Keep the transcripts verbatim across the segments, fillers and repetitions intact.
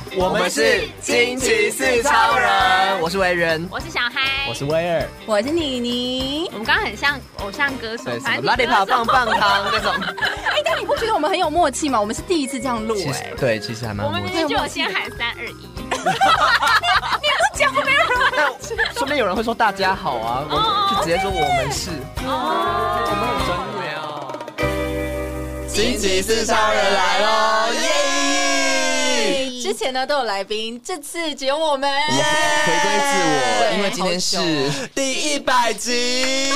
我们是惊奇四超人，我是维人， 我是小嗨， 我是威尔， 我是妮妮。 我们刚刚很像偶像歌手， 对，什么拉力跑棒棒糖那种。 哎，但你不觉得我们很有默契吗？我们是第一次这样录，哎， 对，其实还蛮我们明明就有先喊三二一。 你不讲没有人， 说不定有人会说大家好啊，我就直接说我们是， 哦， 我们很专业哦。惊奇四超人来喽，耶！ 之前呢都有来宾，这次只有我们， 我们回归自我，因为今天是第一百集。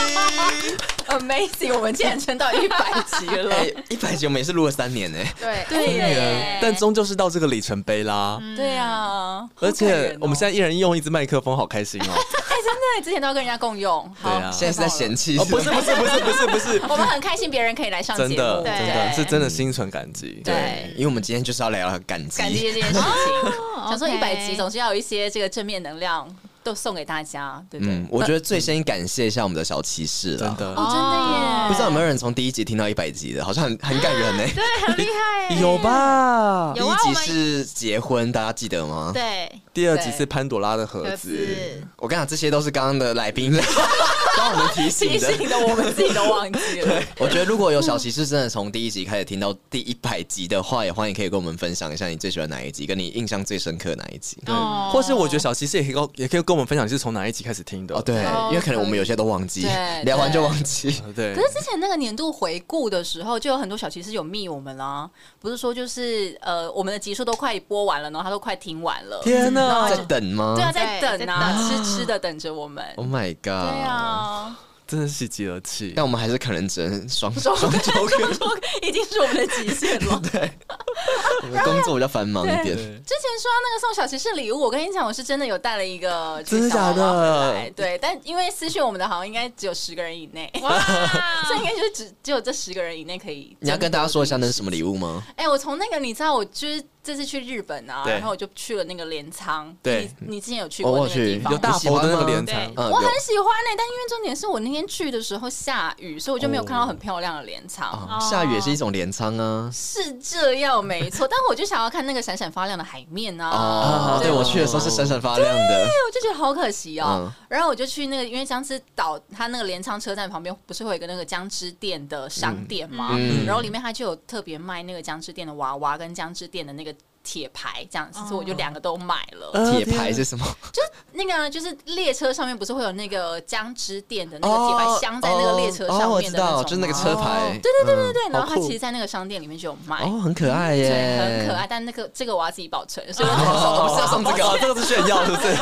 Amazing， 我们竟然撑到一百集了！ 哎，一百集我们也是录了三年呢。 对对耶，但终究是到这个里程碑啦。 对啊， 而且我们现在一人用一支麦克风，好开心哦！ 哎，真的，之前都要跟人家共用。 对啊， 现在是在嫌弃？ 哦，不是不是不是不是不是， 我们很开心别人可以来上节目， 真的真的是真的心存感激。 对， 因为我们今天就是要聊感激， 感激这件事情。想说一百集总是要有一些这个正面能量。都送给大家，对不对？嗯， 我觉得最先感谢一下我们的小骑士了， 真的哦，真的耶！ 不知道有没有人从第一集听到一百集的，好像很很感人呢。 对，很厉害。 有吧？ 第一集是结婚，大家记得吗？ 对。 第二集是潘朵拉的盒子。 我跟你讲，这些都是刚刚的来宾帮我们提醒的， 提醒的我们自己都忘记了。 对，我觉得如果有小骑士真的从第一集开始听到第一百集的话，也欢迎可以跟我们分享一下你最喜欢哪一集，跟你印象最深刻哪一集。 对，或是我觉得小骑士也可以跟也可以跟我们分享你是从哪一集开始听的。 哦，对，因为可能我们有些都忘记，聊完就忘记。 对。 可是之前那个年度回顾的时候，就有很多小骑士有密我们啦，不是说就是呃我们的集数都快播完了，然后他都快听完了。 天哪， 在等吗？ 对啊，在等啊，痴痴的等着我们。 Oh my god！ 对啊。 真的是极而泣， 但我们还是可能只能双双周更， 已经是我们的极限了。 对，我们工作比较繁忙一点。 之前说到那个送小骑士礼物，我跟你讲，我是真的有带了一个， 真的假的？ 对，但因为私讯我们的好像应该只有十个人以内，所以应该就是只只有这十个人以内可以。 你要跟大家说一下那是什么礼物吗？ 哎，我从那个你知道，我就是这次去日本啊，然后我就去了那个镰仓。 对， 你之前有去过那个地方？ 有大佛的那个镰仓， 我很喜欢呢。但因为重点是我那天去的时候下雨，所以我就没有看到很漂亮的镰仓。 下雨也是一种镰仓啊， 是这样没错。但我就想要看那个闪闪发亮的海面啊。 哦，对，我去的时候是闪闪发亮的， 对，我就觉得好可惜哦。然后我就去那个，因为江之岛它那个镰仓车站旁边不是会有一个那个江之店的商店吗？然后里面它就有特别卖那个江之店的娃娃跟江之店的那个铁牌这样子，所以我就两个都买了。 铁牌是什么？ 就是那个，就是列车上面不是会有那个江之店的那个铁牌镶在那个列车上面的那种， 就是那个车牌。 对对对对对，然后它其实，在那个商店里面就有卖。 哦，很可爱耶， 对，很可爱。但那个这个我要自己保存，所以我不是要送这个， 这个是炫耀，是不是？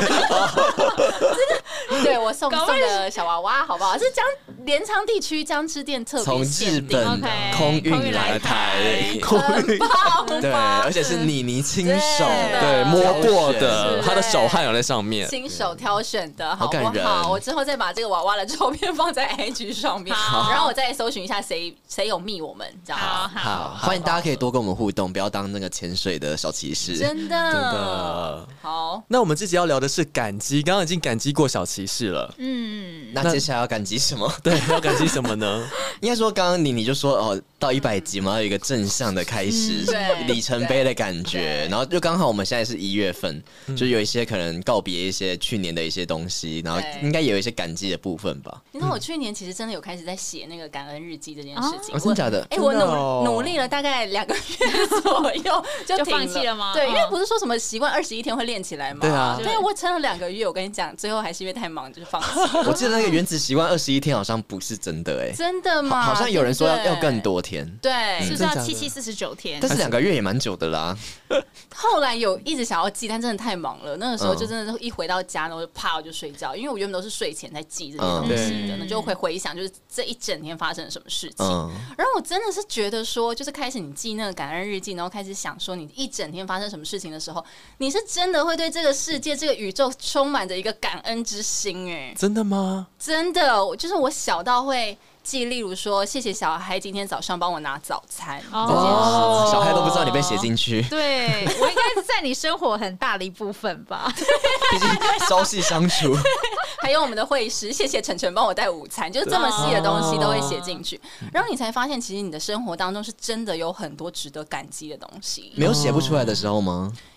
对，我送送个小娃娃，好不好？是江镰仓地区江之店特别限定， 从日本空运来台， 空运对，而且是妮妮亲手对摸过的，他的手汗有在上面， 亲手挑选的，好不好？我之后再把这个娃娃的照片放在 I G 上面，然后我再搜寻一下谁谁有密我们，这样好好，欢迎大家可以多跟我们互动，不要当那个潜水的小骑士， 真的真的好。 那我们这集要聊的是感激，刚刚已经感激过小骑士了， 嗯， 那接下来要感激什么？ 对，要感激什么呢？ 应该说，刚刚你你就说哦，到一百集嘛，要有一个正向的开始，里程碑的感觉，然后就刚好我们现在是一月份，就有一些可能告别一些去年的一些东西，然后应该也有一些感激的部分吧。 你知道我去年其实真的有开始在写那个感恩日记这件事情， 真的假的？ 哎，我努努力了大概两个月左右就放弃了吗？ 对，因为不是说什么习惯二十一天会练起来吗？ 对啊， 对，我撑了两个月，我跟你讲，最后还是因为太忙就是放弃。 我记得那个原子习惯二十一天好像不是真的哎， 真的吗？ 好像有人说要要更多天， 对， 是不是要七七四十九天？ 但是两个月也蛮久的啦。 后来有一直想要记，但真的太忙了。那个时候就真的是一回到家，然后就啪我就睡觉，因为我原本都是睡前在记这些东西的，那就会回想就是这一整天发生了什么事情。然后我真的是觉得说，就是开始你记那个感恩日记，然后开始想说你一整天发生什么事情的时候，你是真的会对这个世界、这个宇宙充满着一个感恩之心。哎， 真的吗？ 真的，就是我小到会记，例如说谢谢小孩今天早上帮我拿早餐这件事情， 小孩都不知道你被写进去。 对，我应该是在你生活很大的一部分吧， 毕竟朝夕相处。 还有我们的会师，谢谢晨晨帮我带午餐，就是这么细的东西都会写进去，然后你才发现，其实你的生活当中是真的有很多值得感激的东西。 没有写不出来的时候吗？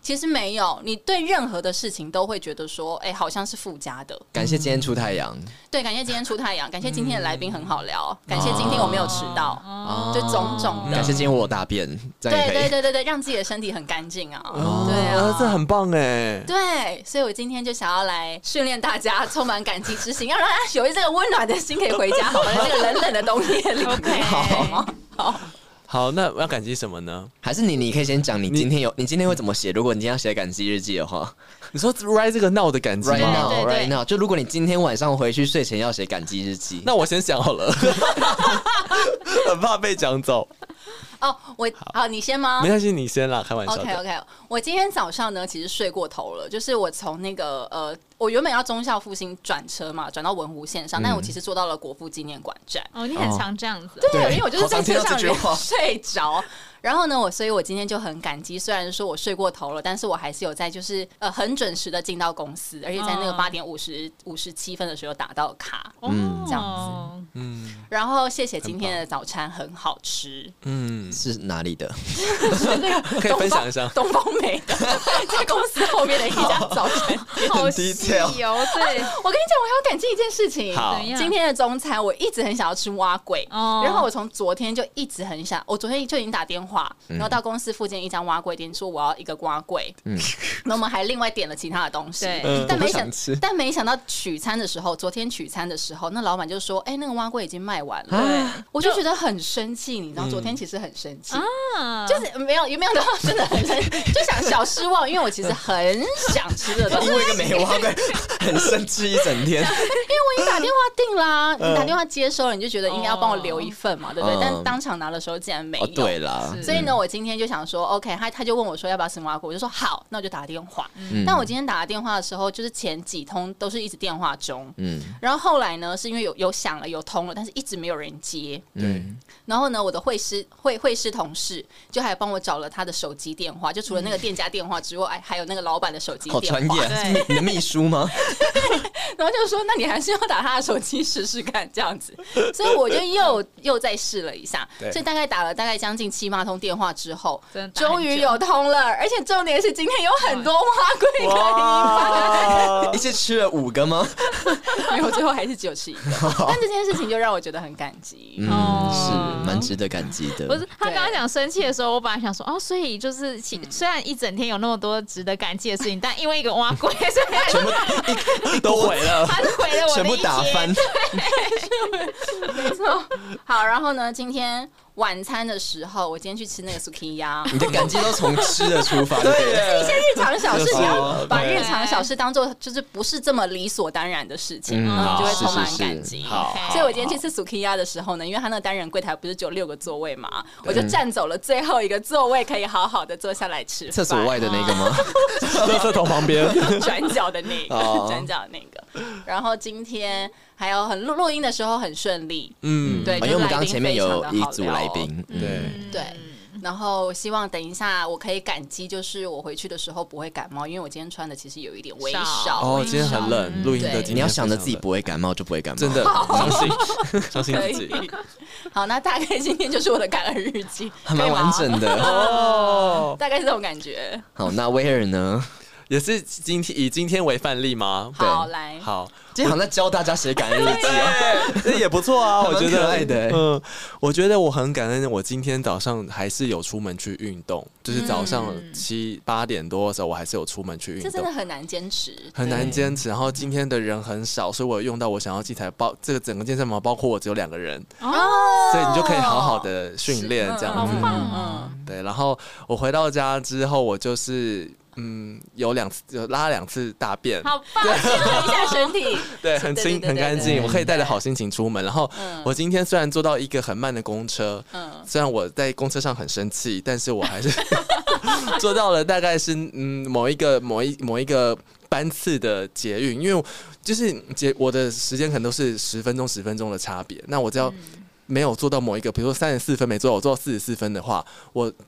其实没有，你对任何的事情都会觉得说，哎、欸，好像是附加的。 感谢今天出太阳， 对，感谢今天出太阳，感谢今天的来宾很好聊，感谢今天我没有迟到，哦、就种种的。 感谢今天我有大便，这样也可以。 对对对对对，让自己的身体很干净啊。 哦、 对啊， 这很棒哎。 对，所以我今天就想要来训练大家充满感激之心，要让大家有这个温暖的心可以回家，好吗？在这个冷冷的冬夜里。 OK， 好。好好，那我要感激什么呢？ 还是你，你可以先讲你今天有，你今天会怎么写？如果你今天要写感激日记的话， 你说 write 这个 now 的感激吗 ？Right now, 对对对 right now。就如果你今天晚上回去睡前要写感激日记， 那我先想好了，很怕被讲走。 哦，我好，你先吗？ 没关系，你先啦，开玩笑的。 OK OK， 我今天早上呢，其实睡过头了，就是我从那个呃，我原本要忠孝复兴转车嘛，转到文湖线上，嗯、但我其实坐到了国父纪念馆站。 哦，你很常这样子、哦。 对，因为我就是在车上睡着。然后呢，我所以，我今天就很感激。虽然说我睡过头了，但是我还是有在就是呃很准时的进到公司，而且在那个八点五十五十七分的时候打到卡，嗯，这样子，嗯。然后谢谢今天的早餐很好吃，嗯， 是哪里的？ 是那个可以分享一下东方美的，在公司后面的一家早餐， 好细哦。对， 我跟你讲，我还要感激一件事情。 好， 今天的中餐我一直很想要吃蛙粿，哦、然后我从昨天就一直很想，我昨天就已经打电话。然后到公司附近一家蛙粿店，说我要一个蛙粿，嗯，然后我们还另外点了其他的东西， 嗯、 但没想，但没想到取餐的时候，昨天取餐的时候，那老板就说，哎、欸，那个蛙粿已经卖完了，对，我就觉得很生气，你知道，昨天其实很生气，嗯、就是没有，也没有到真的很生气，就想小失望，因为我其实很想吃的东西， 因为一个没蛙粿很生气一整天，因为我已经打电话订啦，你打电话接收了，你就觉得应该要帮我留一份嘛，对不对？但当场拿的时候竟然没有， 哦、对啦。 所以呢，我今天就想说 ，OK， 他他就问我说要不要吃蛙粿，我就说好，那我就打电话。嗯、但我今天打的电话的时候，就是前几通都是一直电话中，嗯，然后后来呢，是因为有有响了，有通了，但是一直没有人接， 对。 然后呢，我的会师会会师同事就还帮我找了他的手机电话，就除了那个店家电话之外，还有那个老板的手机电话。 好专业，是你的秘书吗？ 然后就说，那你还是要打他的手机试试看，这样子。所以我就又又再试了一下，所以大概打了大概将近七八通电话之后，终于有通了，而且重点是今天有很多蛙粿可以买。 一次吃了五个吗？ 没有，最后还是只有吃一个。但这件事情就让我觉得很感激， 嗯，是蛮值得感激的。 不是他刚刚讲生气的时候，我本来想说，哦，所以就是虽然一整天有那么多值得感激的事情，但因为一个蛙粿，所以全部都毁了， 他是毁了我的一天， 全部打翻。 没错。好，然后呢，今天晚餐的时候，我今天去吃那个 sukiya， 你的感激都从吃的出发，对， 就是一些日常小事，你要把日常小事当做就是不是这么理所当然的事情，嗯，你就会充满感激。 好， 所以我今天去吃 sukiya 的时候呢，因为他那个单人柜台不是只有六个座位嘛，我就占走了最后一个座位，可以好好的坐下来吃饭。 厕所外的那个吗？ 垃圾桶旁边转角的那个，转角的那个。然后今天还有很录录音的时候很顺利，嗯，对， 因为我们刚刚前面有一组来宾， 对对。然后希望等一下我可以感激，就是我回去的时候不会感冒，因为我今天穿的其实有一点微少。 哦，今天很冷，录音的今天你要想着自己不会感冒就不会感冒， 真的相信相信自己。 好，那大概今天就是我的感恩日记， 还蛮完整的哦，大概是这种感觉。 好，那威尔呢？ 也是今天以今天为范例吗？ 好，来， 好， 今天好像在教大家写感恩日记哦， 这也不错啊，我觉得可爱的。 嗯，我觉得我很感恩，我今天早上还是有出门去运动，就是早上七八点多的时候，我还是有出门去运动。 这真的很难坚持， 很难坚持。然后今天的人很少，所以我用到我想要器材，包这个整个健身房包括我只有两个人，哦，所以你就可以好好的训练这样子。嗯，对。然后我回到家之后，我就是。嗯，有两次有拉两次大便， 好棒！ 清理一下身体， 对，很清很干净，我可以带着好心情出门。然后我今天虽然坐到一个很慢的公车，嗯，虽然我在公车上很生气，但是我还是坐到了大概是嗯某一个某一某一个班次的捷运，因为就是捷我的时间可能都是十分钟十分钟的差别，那我只要。没有做到某一个，比如说三十四分没做到，我做到四十四分的话，我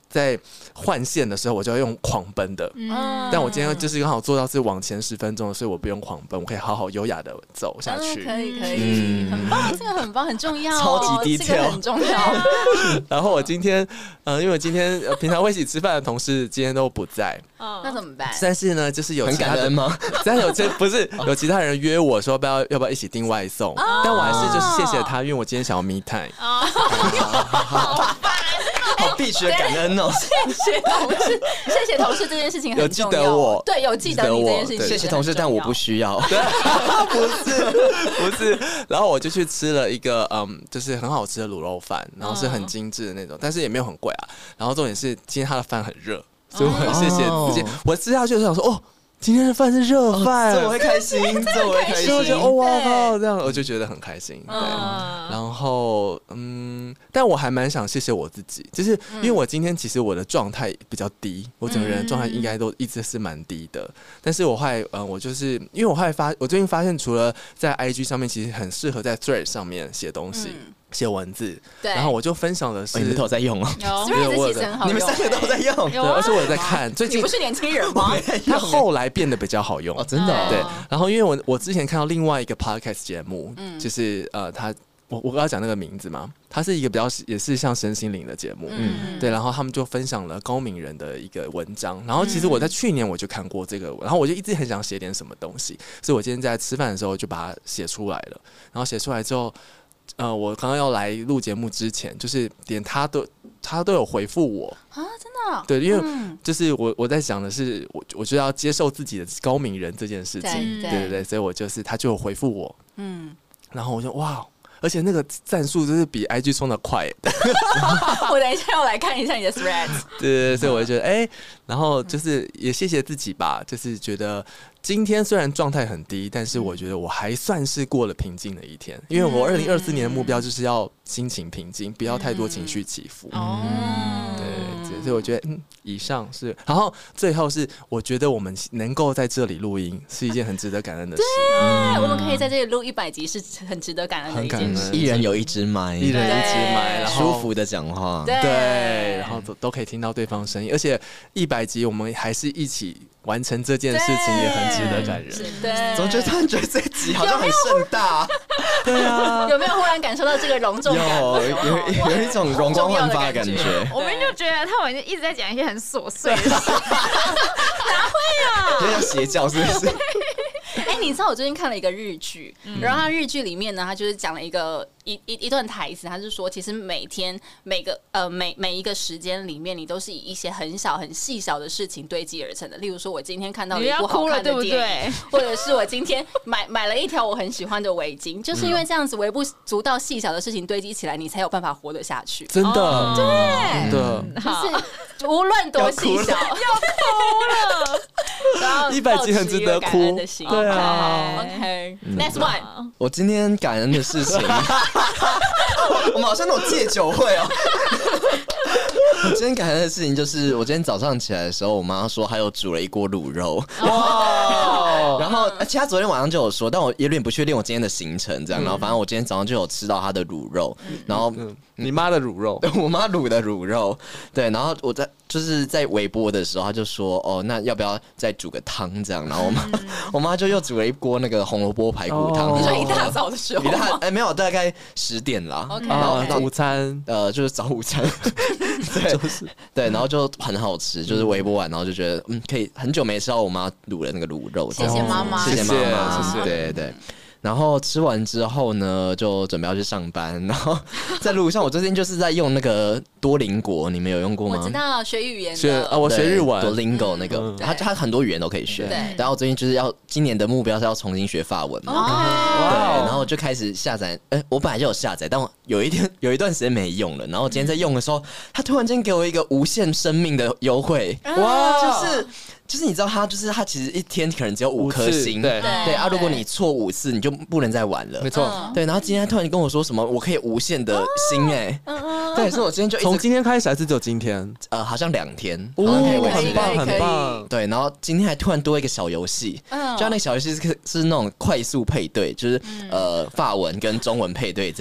在换线的时候，我就要用狂奔的。嗯，但我今天就是刚好做到是往前十分钟，所以我不用狂奔，我可以好好优雅的走下去。 嗯、可以可以、嗯，很棒，这个很棒，很重要、哦， 超级低调， 这个很重要。 然后我今天，呃，因为我今天、呃、平常会一起吃饭的同事今天都不在， 哦，那怎么办？ 但是呢，就是有其他的很感恩吗？ 但有些不是有其他人约我说要不要要不要一起订外送，哦、但我还是就是谢谢他，因为我今天想要 me time。 哦， 好好必须的感恩哦！ 谢谢同事，谢谢同事这件事情很重要。 有记得我， 对，有记得你这件事情。 谢谢同事，但我不需要。 不是不是，然后我就去吃了一个嗯，就是很好吃的卤肉饭，然后是很精致的那种，但是也没有很贵啊。然后重点是今天他的饭很热，所以我很谢谢自己。我吃下去就想说哦。今天的饭是热饭、 哦，这我会开心，这我会开心， 我就哦哇靠，这样我就觉得很开心。对，嗯、然后嗯，但我还蛮想谢谢我自己，就是因为我今天其实我的状态比较低，我整个人的状态应该都一直是蛮低的。但是我后来嗯，我就是因为我后来发，我最近发现，除了在 I G 上面，其实很适合在 Thread 上面写东西。嗯写文字， 对， 然后我就分享的是， 哦、你们都有在用哦， 有，其实很好用， 你们三个都有在用， 对，而且我有在看。最近你不是年轻人吗？ 他后来变得比较好用哦，真的、哦。 对，然后因为我我之前看到另外一个 podcast 节目，嗯、就是呃，他我我刚刚讲那个名字嘛，它是一个比较也是像身心灵的节目，嗯，对，然后他们就分享了高敏人的一个文章，然后其实我在去年我就看过这个，然后我就一直很想写点什么东西，所以我今天在吃饭的时候就把它写出来了，然后写出来之后。呃，我刚刚要来录节目之前，就是连他都他都有回复我啊，真的、哦？ 对，因为就是我我在想的是，我我就要接受自己的高敏人这件事情，对对 对, 对，所以我就是他就有回复我，嗯，然后我就哇。而且那个战术就是比 I G 冲的快， 我等一下要来看一下你的 threads。 对对对，所以我就觉得，哎、欸，然后就是也谢谢自己吧，就是觉得今天虽然状态很低，但是我觉得我还算是过了平静的一天，因为我二零二四年的目标就是要心情平静，不要太多情绪起伏。哦、嗯，对，所以我觉得，嗯，以上是，然后最后是，我觉得我们能够在这里录音是一件很值得感恩的事。 对，嗯、我们可以在这里录一百集，是很值得感恩的一件事。 一人有一支麦， 一人一支麦，然后舒服的讲话， 对，然后都都可以听到对方声音，而且一百集我们还是一起完成这件事情，也很值得感人。 对， 总觉得突然觉得这集好像很盛大， 对啊， 有没有忽然感受到这个隆重感？ 有，有有有一种容光焕发的感觉。 我们就觉得他们一直在讲一些很琐碎的事，哪会啊？ 有点邪教是不是？ 哎、欸，你知道我最近看了一个日剧，嗯、然后他日剧里面呢，他就是讲了一个一一一段台词，他是说，其实每天每个呃每每一个时间里面，你都是以一些很小很细小的事情堆积而成的。例如说，我今天看到了一部好看的电影，对不对？或者是我今天买买了一条我很喜欢的围巾，就是因为这样子微不足道细小的事情堆积起来，你才有办法活得下去。 真的，哦、 对， 真的， 就是无论多细小，要哭了。 一百集很值得哭，对啊。OK，Next one， 我今天感恩的事情，我们好像那种戒酒会哦。我今天感恩的事情就是，我今天早上起来的时候，我妈说还有煮了一锅卤肉。哦。然后，其实她昨天晚上就有说，但我有点不确定我今天的行程这样。然后，反正我今天早上就有吃到她的卤肉，然后你妈的卤肉， 我妈卤的卤肉，对。然后我在就是在微波的时候，她就说：“哦，那要不要再煮个汤这样？”然后我妈我妈就又煮了一锅那个红萝卜排骨汤。 你说一大早的时候？ 一大哎没有，大概十点啦。 OK， 然后午餐呃就是早午餐。对，就是对，然后就很好吃，就是微波完，然后就觉得嗯，可以很久没吃到我妈卤的那个卤肉， 谢谢妈妈， 谢谢妈妈，谢谢，对对对。然后吃完之后呢，就准备要去上班。然后在路上，我最近就是在用那个多邻国，你们有用过吗？ 我知道学语言学啊，我学日文多邻国那个，它它很多语言都可以学。 对。 然后最近就是要今年的目标是要重新学法文嘛。 哇。 对。然后就开始下载，哎，我本来就有下载，但我有一天有一段时间没用了。然后今天在用的时候，它突然间给我一个无限生命的优惠。哇！就是。就是你知道他就是他其实一天可能只有五颗星， 对对啊，如果你错五次你就不能再玩了， 没错， 对。然后今天他突然跟我说什么，我可以无限的星哎，对，所以我今天就从今天开始还是只有今天， 呃，好像两天， 哦，很棒很棒， 对。然后今天还突然多一个小游戏，就像那个小游戏是是那种快速配对，就是呃法文跟中文配对这样，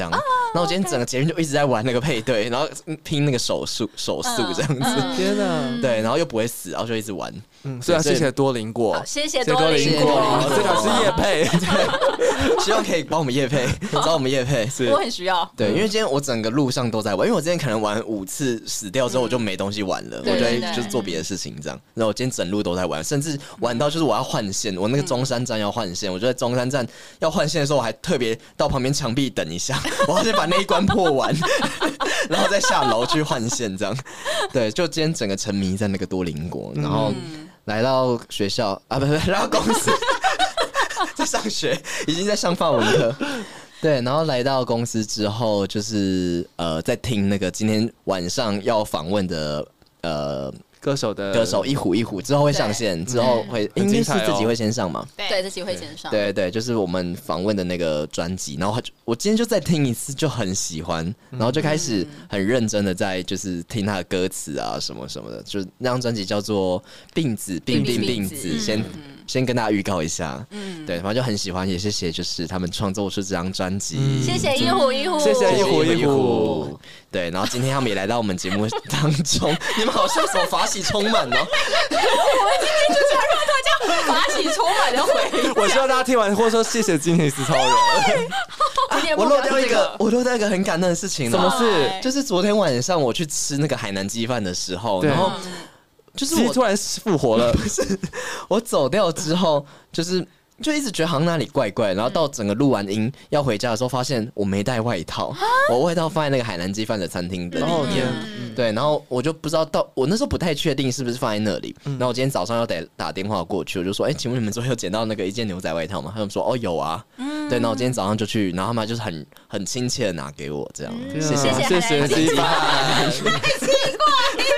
然后我今天整个节日就一直在玩那个配对，然后拼那个手速手速这样子。 天哪！ 对，然后又不会死，然后就一直玩。 嗯，所以谢谢多邻国， 谢谢多邻国，这个是业配， 对，希望可以帮我们业配，找我们业配。 我很需要。 对，因为今天我整个路上都在玩，因为我之前可能玩五次死掉之后我就没东西玩了，我就会就是做别的事情这样。然后我今天整路都在玩，甚至玩到就是我要换线，我那个中山站要换线，我就在中山站要换线的时候，我还特别到旁边墙壁等一下，我要先把那一关破完，然后再下楼去换线这样。对，就今天整个沉迷在那个多邻国，然后来到学校啊，不不，来到公司，在上学，已经在上法文课。对，然后来到公司之后，就是呃，在听那个今天晚上要访问的呃歌手的歌手一虎一虎，之后会上线，之后会应该是自己会先上嘛？ 对，自己会先上。 对对，就是我们访问的那个专辑，然后我今天就再听一次，就很喜欢，然后就开始很认真的在就是听他的歌词啊什么什么的，就那张专辑叫做《病子病病病子》，先。先跟大家预告一下，嗯，对，反正就很喜欢，也谢谢就是他们创作出这张专辑， 嗯、谢谢一虎一虎， 谢谢一虎一虎， 对，然后今天他们也来到我们节目当中，你们好像什么法喜充满哦， 我们今天就是要让大家法喜充满的回忆。 我希望大家听完或者说谢谢金尼斯超人。 我漏掉一个，我漏掉一个很感动的事情， 什么事？ 就是昨天晚上我去吃那个海南鸡饭的时候，然后。就是我突然复活了， 不是我走掉之后，就是就一直觉得好像哪里怪怪，然后到整个录完音要回家的时候，发现我没带外套，我外套放在那个海南鸡饭的餐厅的里面，对，然后我就不知道到我那时候不太确定是不是放在那里，然后我今天早上要得打电话过去，我就说，哎、欸，请问你们昨天有捡到那个一件牛仔外套吗？他们说，哦，有啊，对，然后我今天早上就去，然后他们就是很很亲切的拿给我，这样， 谢谢谢谢谢鸡饭， 太奇怪。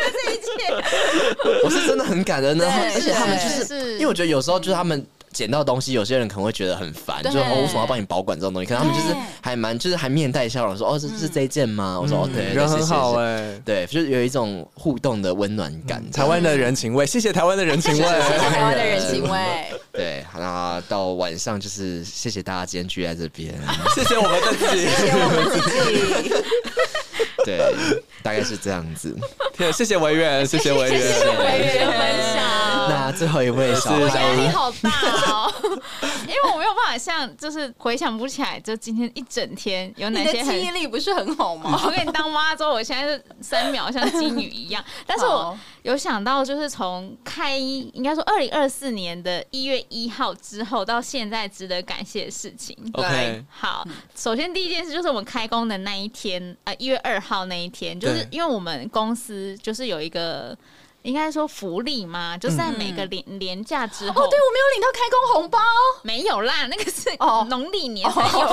我是真的很感人的，而且他们就是，因为我觉得有时候就是他们捡到东西，有些人可能会觉得很烦，就哦，为什么要帮你保管这种东西？可能他们就是还蛮，就是还面带笑容说，哦，这是这一件吗？我说哦，对， 人很好哎， 对，就是有一种互动的温暖感。 台湾的人情味，谢谢台湾的人情味，谢谢台湾的人情味。 对，那到晚上就是谢谢大家今天聚在这边， 谢谢我们自己， 谢谢我们自己。 对，大概是这样子。 天，谢谢维园，谢谢维园， 谢谢维园分享。 那最后一位小我压力好大哦，因为我没有办法像，就是回想不起来，就今天一整天有哪些。 你的记忆力不是很好吗？ 我跟你当妈之后，我现在是三秒像金鱼一样。但是我有想到，就是从开应该说二零二四年的一月一号之后到现在，值得感谢的事情。 OK， 好，首先第一件事就是我们开工的那一天，呃，一月二号那一天，就是因为我们公司就是有一个。应该说福利嘛，就是在每个年年假之后。 哦，对，我没有领到开工红包， 没有啦，那个是农历年才有。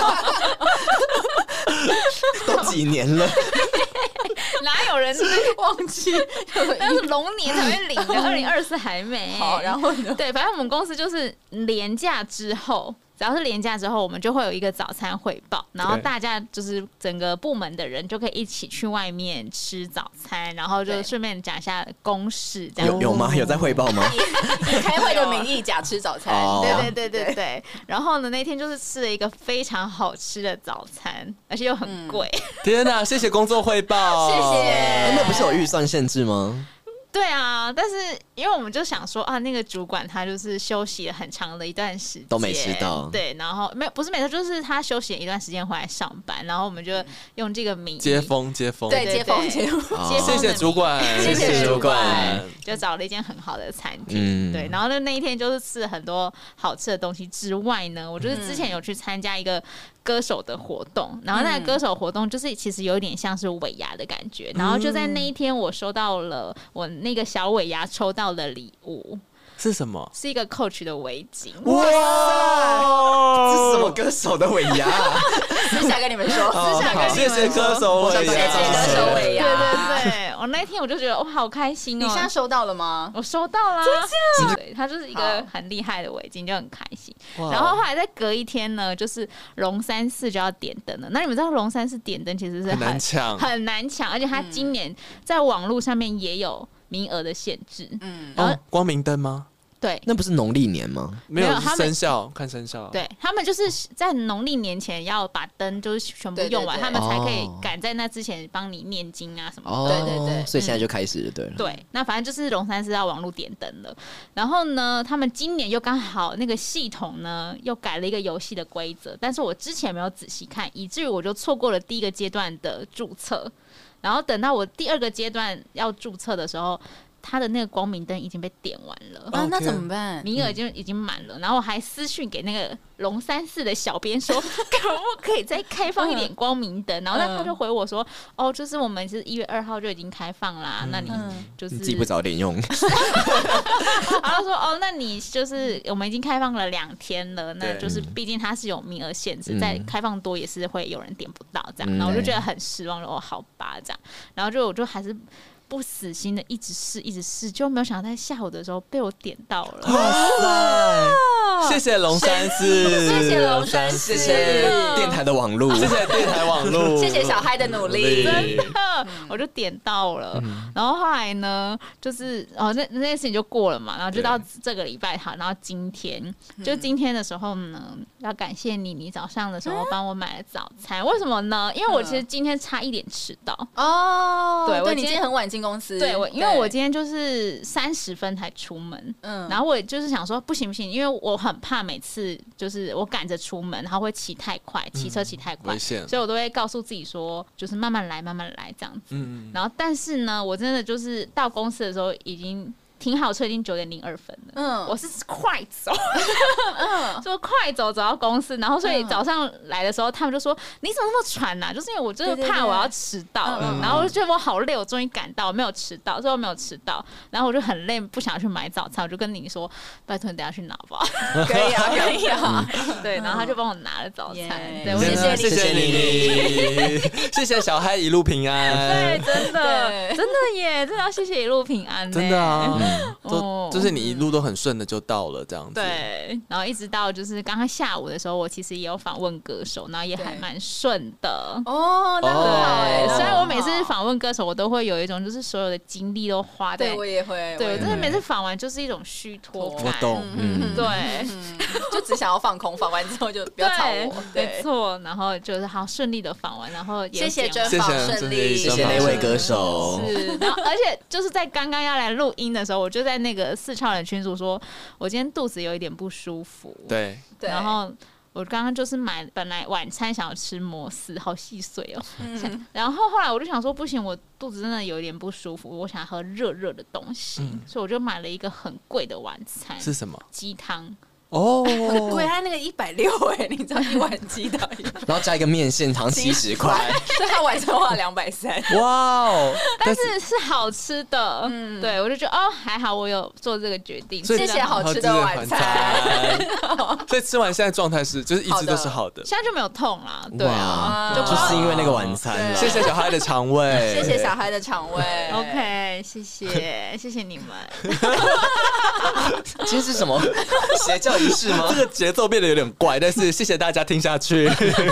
都几年了， 哪有人忘记？ 但是龙年才会领的，二零二四还没。 好，然后呢？ 对，反正我们公司就是年假之后。只要是连假之后，我们就会有一个早餐汇报，然后大家就是整个部门的人就可以一起去外面吃早餐，然后就顺便讲一下公事，这样有有吗？有在汇报吗？ 以开会的名义假吃早餐， 哦、 对对对对对。然后呢，那天就是吃了一个非常好吃的早餐，而且又很贵。嗯、 天哪！谢谢工作汇报， 谢谢。 欸、那不是有预算限制吗？ 对啊，但是因为我们就想说啊，那个主管他就是休息了很长的一段时间， 都没吃到。 对，然后没有不是没错，就是他休息了一段时间回来上班，然后我们就用这个名义接风接风， 对接风接风， 谢谢主管， 谢谢主管， 就找了一间很好的餐厅。嗯、对，然后呢那一天就是吃了很多好吃的东西之外呢，我就是之前有去参加一个。歌手的活动，然后那个歌手活动就是其实有点像是尾牙的感觉，然后就在那一天我收到了我那个小尾牙抽到的礼物。 是什么？ 是一个 Coach 的围巾。 哇，这是什么歌手的尾牙？ 私下跟你们说， 私下跟你们说， 谢谢歌手尾牙， 谢谢歌手尾牙。 对对对，我那天我就觉得我好开心哦。 你现在收到了吗？ 我收到了，真的。对，它就是一个很厉害的围巾，就很开心。然后后来再隔一天呢，就是龙山寺就要点灯了。那你们知道龙山寺点灯其实是很难抢， 很难抢，而且它今年在网络上面也有名额的限制。 嗯，然后、哦、光明灯吗？ 对， 那不是农历年吗？ 没有， 没有他们生肖看生肖。 对他们就是在农历年前要把灯就是全部用完， 对对对他们才可以赶在那之前帮你念经啊什么的。 哦， 对对对所以现在就开始了，对了。 对，那反正就是龙山寺要网络点灯了。然后呢，他们今年又刚好那个系统呢又改了一个游戏的规则，但是我之前没有仔细看，以至于我就错过了第一个阶段的注册。然后等到我第二个阶段要注册的时候，他的那个光明灯已经被点完了， 啊，那怎么办？ 名额已经已经满了。然后我还私讯给那个龙山寺的小编说，可不可以再开放一点光明灯？然后他就回我说，哦，就是我们是一月二号就已经开放啦，那你就是你自己不早点用。 然后说，哦，那你就是我们已经开放了两天了，那就是毕竟它是有名额限制，再开放多也是会有人点不到这样。然后我就觉得很失望了，哦，好吧这样。然后就我就还是不死心的一直试一直试，就没有想到在下午的时候被我点到了。 哇塞！谢谢龙山寺， 谢谢龙山寺， 谢谢电台的网路， 谢谢电台网路， 谢谢小嗨的努力， 真的，我就点到了。然后后来呢，就是哦，那那件事情就过了嘛，然后就到这个礼拜好，然后今天就今天的时候呢，要感谢你，你早上的时候帮我买了早餐。为什么呢？因为我其实今天差一点迟到哦。 对，我你今天很晚进公司， 对我，因为我今天就是三十分才出门，嗯，然后我就是想说不行不行，因为我很怕每次就是我赶着出门，然后会骑太快，骑车骑太快， 危险， 所以我都会告诉自己说，就是慢慢来，慢慢来这样子。嗯，然后但是呢，我真的就是到公司的时候已经停好车已经九点零二分了，嗯，我是快走，嗯，就快走走到公司，然后所以早上来的时候，他们就说你怎么那么喘呐、啊？就是因为我真的怕我要迟到，然后我就觉得我好累，我终于赶到，没有迟到，最后没有迟到，然后我就很累，不想去买早餐，我就跟你说，拜托你等一下去拿吧， 可以啊，可以啊， 对，然后他就帮我拿了早餐，对， 谢谢谢谢你，谢谢小嗨一路平安， 对，真的真的耶，真的要谢谢一路平安， 真的啊。都就是你一路都很顺的就到了这样子， 对，然后一直到就是刚刚下午的时候，我其实也有访问歌手，然后也还蛮顺的哦，那很好哎。 虽然我每次访问歌手，我都会有一种就是所有的精力都花在， 对我也会， 对我真的每次访完就是一种虚脱感， 我懂， 嗯，对， 就只想要放空，访完之后就不要吵我， 没错，然后就是好顺利的访完，然后谢谢真访顺利， 谢谢那位歌手， 是，然后而且就是在刚刚要来录音的时候，我就在那个四超人群组说，我今天肚子有一点不舒服。 对， 然后我刚刚就是买，本来晚餐想要吃摩斯，好细碎哦。嗯、然后后来我就想说，不行，我肚子真的有一点不舒服，我想喝热热的东西，嗯、所以我就买了一个很贵的晚餐。 是什么？ 鸡汤。 哦， 很贵，它那个一百六哎，你知道一碗鸡汤， 然后加一个面线，好像七十块， 所以他晚上花两百三。 哇哦！但是是好吃的，嗯，对我就觉得哦，还好我有做这个决定， 谢谢好吃的晚餐。 所以吃完现在状态是就是一直都是好的， 现在就没有痛啦，对啊， 就就是因为那个晚餐了。 谢谢小孩的肠胃， 谢谢小孩的肠胃。 OK， 谢谢谢谢你们。 今天是什么邪教？是吗？ 这个节奏变得有点怪，但是谢谢大家听下去。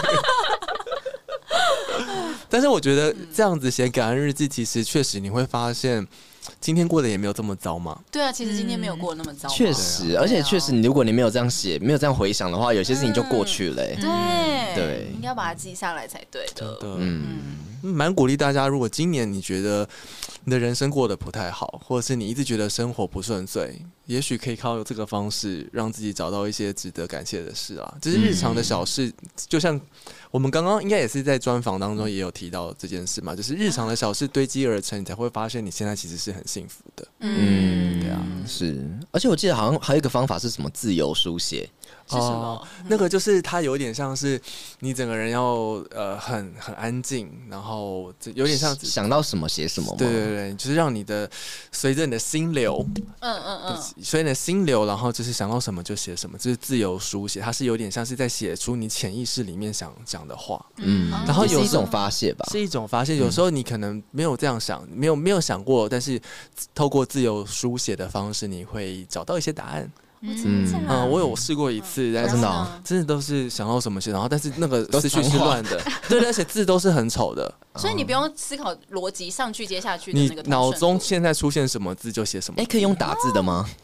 但是我觉得这样子写感恩日记，其实确实你会发现，今天过得也没有这么糟嘛。 对啊，其实今天没有过得那么糟。 确实，而且确实，你如果你没有这样写，没有这样回想的话，有些事情就过去了。 对对， 应该把它记下来才对的。 嗯，蛮鼓励大家，如果今年你觉得你的人生过得不太好，或者是你一直觉得生活不顺遂，也许可以靠这个方式让自己找到一些值得感谢的事啊。就是日常的小事，嗯、就像我们刚刚应该也是在专访当中也有提到这件事嘛，就是日常的小事堆积而成，你才会发现你现在其实是很幸福的。 嗯，对啊，是。而且我记得好像还有一个方法是什么自由书写。 是什么？ 哦、那个就是它有点像是你整个人要呃很很安静，然后有点像想到什么写什么吗？ 对对对，就是让你的随着你的心流，嗯嗯嗯，随着你的心流，然后就是想到什么就写什么，就是自由书写。它是有点像是在写出你潜意识里面想讲的话，嗯，然后有是一种发泄吧， 是一种发泄。有时候你可能没有这样想，没有没有想过，但是透过自由书写的方式，你会找到一些答案。 嗯嗯，我有试过一次，但是真的真的都是想到什么写，然后但是那个思绪是乱的，对，而且字都是很丑的， 所以你不用思考逻辑上去接下去的那个， 你脑中现在出现什么字就写什么。 哎，可以用打字的吗？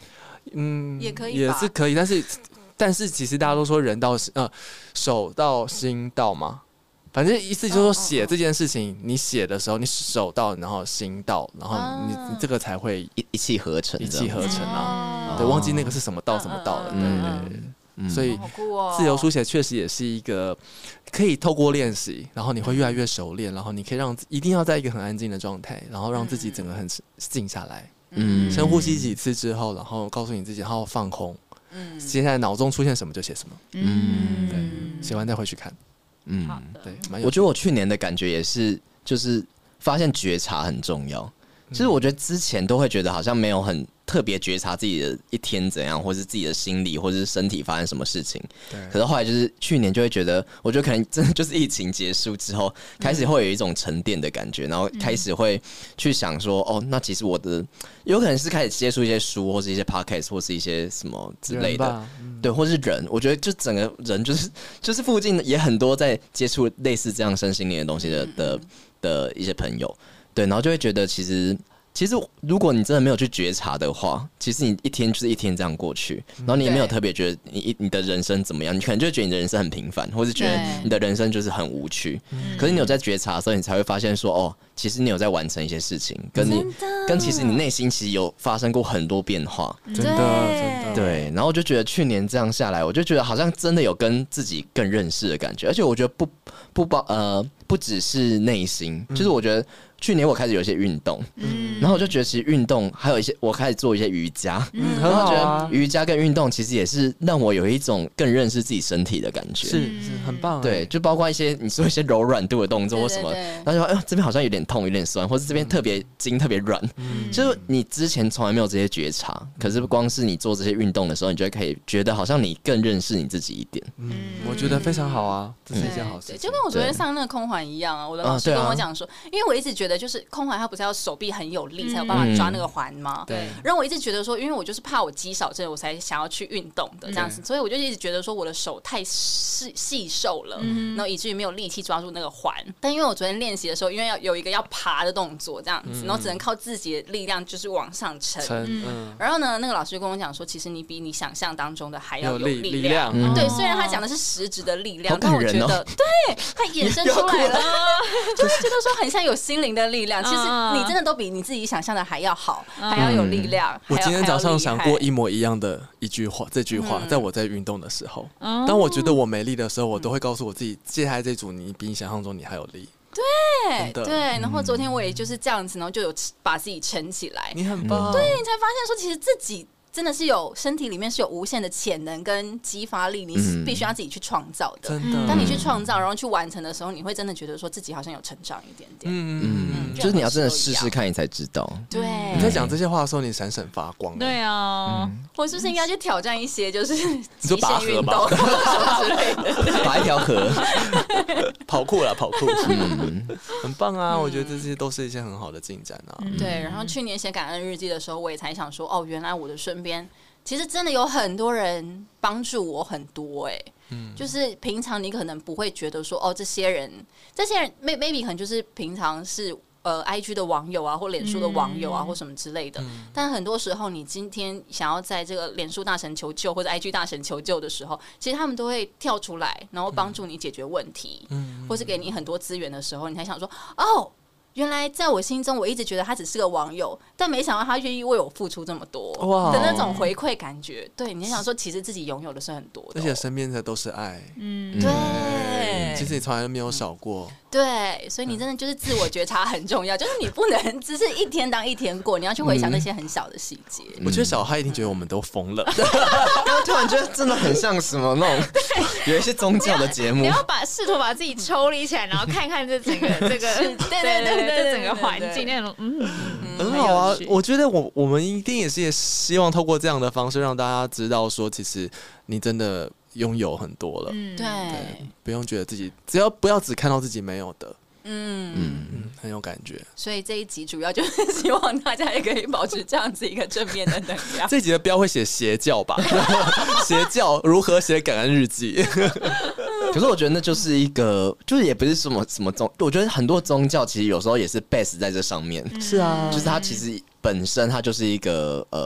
嗯， 也可以， 也是可以，但是但是其实大家都说人到呃手到心到嘛。反正意思就是说，写这件事情，你写的时候，你手到，然后心到，然后你你这个才会一一气呵成， 一气呵成啊！对，忘记那个是什么道什么道了，对对对。所以自由书写确实也是一个可以透过练习，然后你会越来越熟练，然后你可以让一定要在一个很安静的状态，然后让自己整个很静下来，嗯，深呼吸几次之后，然后告诉你自己，然后放空，嗯，接下来脑中出现什么就写什么，嗯，对，写完再回去看。 嗯， 好的， 对， 我觉得我去年的感觉也是，就是发现觉察很重要。其实我觉得之前都会觉得好像没有很特别觉察自己的一天怎样，或是自己的心理或者是身体发生什么事情。可是后来就是去年就会觉得，我觉得可能真的就是疫情结束之后，开始会有一种沉淀的感觉，然后开始会去想说，哦，那其实我的有可能是开始接触一些书，或是一些 podcast， 或是一些什么之类的，嗯、对，或是人。我觉得就整个人就是就是附近也很多在接触类似这样身心灵的东西的的的一些朋友。对，然后就会觉得其实，其实如果你真的没有去觉察的话，其实你一天就是一天这样过去，然后你也没有特别觉得你你的人生怎么样，你可能就会觉得你的人生很平凡，或是觉得你的人生就是很无趣。可是你有在觉察的时候，你才会发现说，哦，其实你有在完成一些事情，跟你跟其实你内心其实有发生过很多变化。 真的，真的， 对。然后我就觉得去年这样下来，我就觉得好像真的有跟自己更认识的感觉，而且我觉得不不包呃不只是内心，就是我觉得。去年我开始有一些运动，嗯，然后我就觉得其实运动还有一些，我开始做一些瑜伽，嗯，很好啊。瑜伽跟运动其实也是让我有一种更认识自己身体的感觉， 是是很棒。 对，就包括一些你做一些柔软度的动作或什么，然后就说哎呦这边好像有点痛，有点酸，或是这边特别筋特别软，嗯，就是你之前从来没有这些觉察，可是光是你做这些运动的时候，你就可以觉得好像你更认识你自己一点。 嗯，我觉得非常好啊，这是一件好事情。 就跟我昨天上那个空环一样啊，我的老师跟我讲说，因为我一直觉得。就是空环，它不是要手臂很有力才有办法抓那个环吗？对。然后我一直觉得说，因为我就是怕我肌少症，我才想要去运动的这样子，所以我就一直觉得说我的手太细细瘦了，然后以至于没有力气抓住那个环。但因为我昨天练习的时候，因为要有一个要爬的动作这样子，然后只能靠自己的力量就是往上撑。然后呢，那个老师就跟我讲说，其实你比你想象当中的还要有力量。对，虽然他讲的是实质的力量，但我觉得对他衍生出来了，就是觉得说很像有心灵的力量，其实你真的都比你自己想象的还要好，嗯、还要有力量。 我今天早上想过一模一样的一句话，这句话，在我在运动的时候，嗯、当我觉得我没力的时候，我都会告诉我自己，接下来这组你比你想象中你还有力。 对对，然后昨天我也就是这样子，然后就有把自己撑起来。 你很棒， 对，你才发现说，其实自己。真的是有身体里面是有无限的潜能跟激发力，你是必须要自己去创造的。真的，当你去创造，然后去完成的时候，你会真的觉得说自己好像有成长一点点。嗯嗯， 就是你要真的试试看，你才知道。 对， 你在讲这些话的时候，你闪闪发光。 对啊， 我是不是应该去挑战一些就是极限运动之类的？ 拔一条河， 跑酷啦，跑酷，嗯，很棒啊！我觉得这些都是一些很好的进展啊。 对，然后去年写感恩日记的时候，我也才想说，哦，原来我的身边其实真的有很多人帮助我很多哎、欸，嗯，就是平常你可能不会觉得说哦，这些人，这些人 maybe 可能就是平常是呃 I G 的网友啊，或脸书的网友啊，嗯、或什么之类的。嗯、但很多时候，你今天想要在这个脸书大神求救或者 I G 大神求救的时候，其实他们都会跳出来，然后帮助你解决问题，嗯，或是给你很多资源的时候，你才想说哦。原来在我心中，我一直觉得他只是个网友，但没想到他愿意为我付出这么多的那种回馈感觉。对，你想说，其实自己拥有的是很多的、哦， 而且身边的都是爱。 嗯，对， 其实你从来都没有少过。 对，所以你真的就是自我觉察很重要，就是你不能只是一天当一天过，你要去回想那些很小的细节。 嗯、我觉得小孩一定觉得我们都疯了。 刚刚突然觉得真的很像什么那种有一些宗教的节目， 你要把试图把自己抽离起来，然后看看这整个这个，对对对。这整个环境那种，嗯， 很好啊。我觉得我我们一定也是也希望透过这样的方式让大家知道说，其实你真的拥有很多了， 嗯，对，对， 不用觉得自己，只要不要只看到自己没有的。嗯嗯，很有感觉。 所以这一集主要就是希望大家也可以保持这样子一个正面的能量。 这一集的标会写邪教吧？邪教如何写感恩日记？ 可是我觉得那就是一个，就是也不是什么什么宗，我觉得很多宗教其实有时候也是 base 在这上面。 是啊， 就是它其实本身它就是一个呃。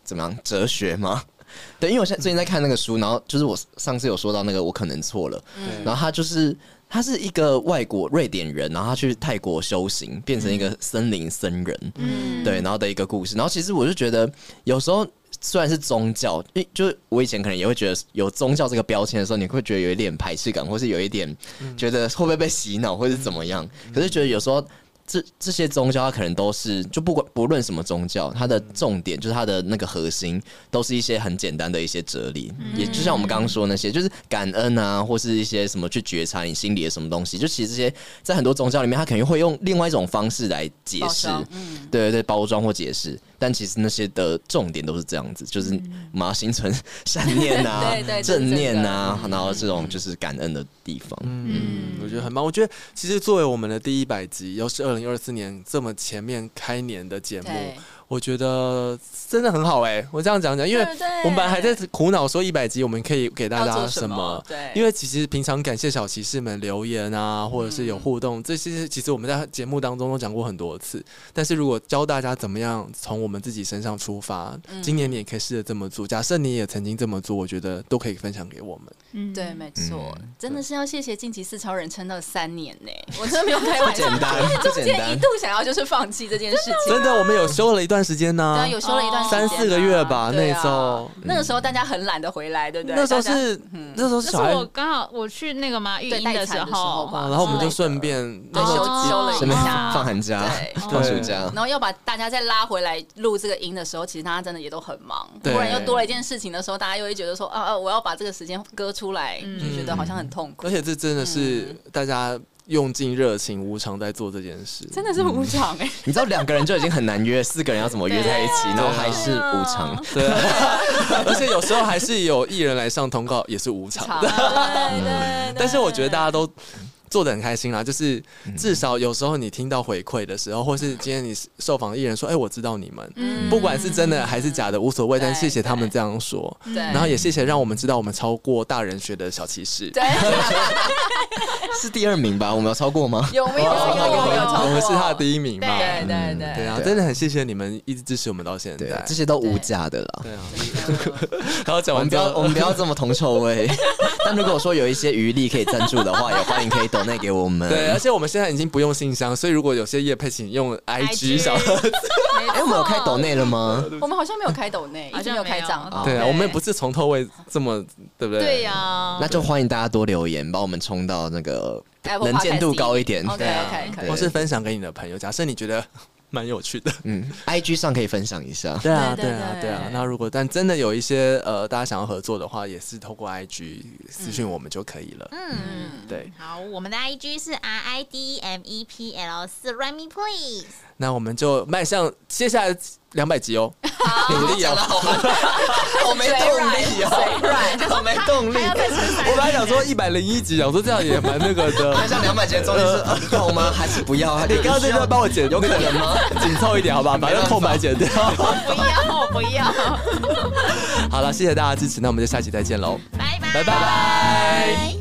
怎么样哲学吗？对，因为我现在最近在看那个书，然后就是我上次有说到那个我可能错了，嗯、然后他就是他是一个外国瑞典人，然后他去泰国修行，变成一个森林僧人，嗯，对，然后的一个故事。然后其实我就觉得有时候虽然是宗教，就是我以前可能也会觉得有宗教这个标签的时候，你会觉得有一点排斥感，或是有一点觉得会不会被洗脑，或是怎么样。可是觉得有时候。这这些宗教，它可能都是就不管不论什么宗教，它的重点就是它的那个核心，都是一些很简单的一些哲理，嗯、也就像我们刚刚说那些，就是感恩啊，或是一些什么去觉察你心里的什么东西。就其实这些在很多宗教里面，它可能会用另外一种方式来解释，嗯、对对对，包装或解释。但其实那些的重点都是这样子，就是我们要心存善念啊、对对正念啊，然后这种就是感恩的地方。 嗯，我觉得很棒。我觉得其实作为我们的第一百集，又是二零二四年这么前面开年的节目。我觉得真的很好哎、欸，我这样讲讲，因为我们本来还在苦恼说一百集我们可以给大家什么， 对， 因为其实平常感谢小骑士们留言啊，或者是有互动，嗯、这些其实我们在节目当中都讲过很多次。但是如果教大家怎么样从我们自己身上出发，嗯、今年你也可以试着这么做。假设你也曾经这么做，我觉得都可以分享给我们。 嗯，对，没错，嗯、真的是要谢谢晋级四超人撑到三年呢、欸，我真的没有开玩笑， 简单， 中间一度想要就是放弃这件事情， 真的，我们有休了一段时间呢、啊， 对，有休了一段时间、啊， 三四个月吧，啊、那时候， 那个时候大家很懒得回来，对不对？ 那时候是，嗯、那时候是小孩， 那是我刚好我去那个嘛育婴的时候吧，然后我们就顺便对休休了一下， 放寒假，放暑假， 然后要把大家再拉回来录这个音的时候，其实大家真的也都很忙，突然又多了一件事情的时候，大家又会觉得说啊啊，我要把这个时间割出来，嗯、就觉得好像很痛苦。 而且这真的是大家用尽热情无偿在做这件事， 真的是无偿哎、欸！ 你知道两个人就已经很难约，四个人要怎么约在一起，然后还是无偿。 对、啊，而且有时候还是有艺人来上通告，也是无偿的。 对对。 但是我觉得大家都做得很开心啦，就是至少有时候你听到回馈的时候，或是今天你受访的艺人说：“哎、欸，我知道你们，嗯、不管是真的还是假的无所谓，但谢谢他们这样说。”然后也谢谢让我们知道我们超过大人学的小骑士。 对， 是第二名吧？我们有超过吗？ 有没有？有有有有超过？ 我们是他的第一名嘛？ 对对对对啊！真的很谢谢你们一直支持我们到现在， 这些都无价的啦。 对啊。然后讲完不要我们不要这么铜臭味。但如果说有一些余力可以赞助的话，也欢迎可以抖内给我们。 对，而且我们现在已经不用信箱，所以如果有些业配，请用 I G 小盒子。 哎、欸，我们有开抖内了吗？ 我们好像没有开抖内，好像没有开账号。 对啊，我们不是从头位这么，对不对？ 对呀、啊， 那就欢迎大家多留言，把我们冲到那个能见度高一点。 OK OK， 可以。 或是分享给你的朋友，假设你觉得蛮有趣的， 嗯 ，I G 上可以分享一下。 对啊，对啊，对啊。那如果但真的有一些呃大家想要合作的话，也是透过 I G 私讯我们就可以了。嗯，对。 好，我们的 I G 是 R I D M E P L 四 Run Me Please。 那我们就迈向接下来两百集哦，努力哦， 好没动力哦，好没动力。 我本来想说一百零一集，想说这样也蛮那个的。 那像两百集的中间是要吗？还是不要？ 你刚刚这边帮我剪， 有可能吗？ 紧凑一点，好吧，把那空白剪掉。 不要，不要。 好了，谢谢大家支持，那我们就下期再见喽， 拜拜， 拜拜。